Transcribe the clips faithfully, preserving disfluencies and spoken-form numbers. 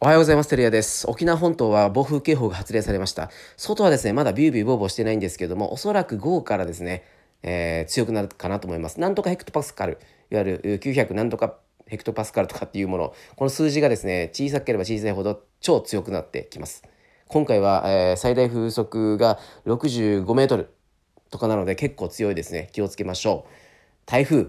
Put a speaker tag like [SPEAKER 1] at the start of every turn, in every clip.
[SPEAKER 1] おはようございます。テルヤです。沖縄本島は暴風警報が発令されました。外はですね、まだビュービューボーボーしてないんですけども、おそらく午後からですね、えー強くなるかなと思います。なんとかヘクトパスカル、いわゆるきゅうひゃくなんとかヘクトパスカルとかっていうもの、この数字がですね、小さければ小さいほど超強くなってきます。今回は、えー最大風速がろくじゅうごメートルとかなので結構強いですね。気をつけましょう。台風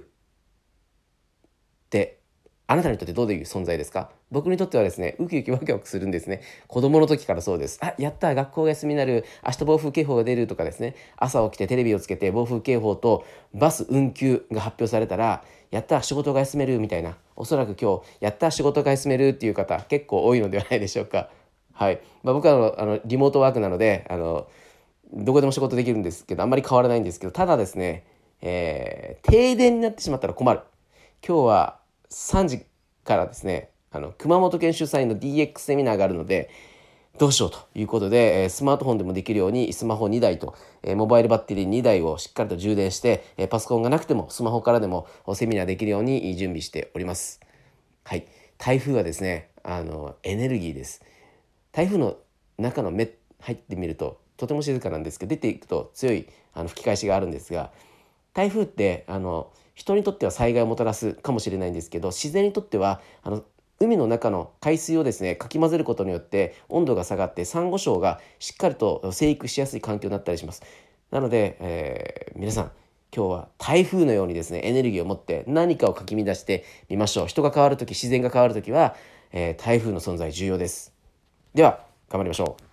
[SPEAKER 1] ってあなたにとってどういう存在ですか？僕にとってはですね、ウキウキワクワクするんですね。子供の時からそうです。あ、やった、学校が休みになる、明日暴風警報が出るとかですね、朝起きてテレビをつけて暴風警報とバス運休が発表されたら、やった、仕事が休めるみたいな、おそらく今日、やった、仕事が休めるっていう方、結構多いのではないでしょうか。はい。まあ、僕はあのあのリモートワークなので、あのどこでも仕事できるんですけど、あんまり変わらないんですけど、ただですね、えー停電になってしまったら困る。今日はさんじからですね、あの熊本県主催の ディーエックス セミナーがあるので、どうしようということで、えースマートフォンでもできるようにスマホにだいと、えーモバイルバッテリーにだいをしっかりと充電して、えーパソコンがなくてもスマホからでもセミナーできるように準備しております。はい、台風はですね、あのエネルギーです。台風の中の目入ってみるととても静かなんですけど、出ていくと強いあの吹き返しがあるんですが、台風ってあの人にとっては災害をもたらすかもしれないんですけど、自然にとってはあの海の中の海水をですねかき混ぜることによって温度が下がってサンゴ礁がしっかりと生育しやすい環境になったりします。なので、えー皆さん今日は台風のようにですねエネルギーを持って何かをかき乱してみましょう。人が変わるとき、自然が変わるときは、えー台風の存在重要です。では頑張りましょう。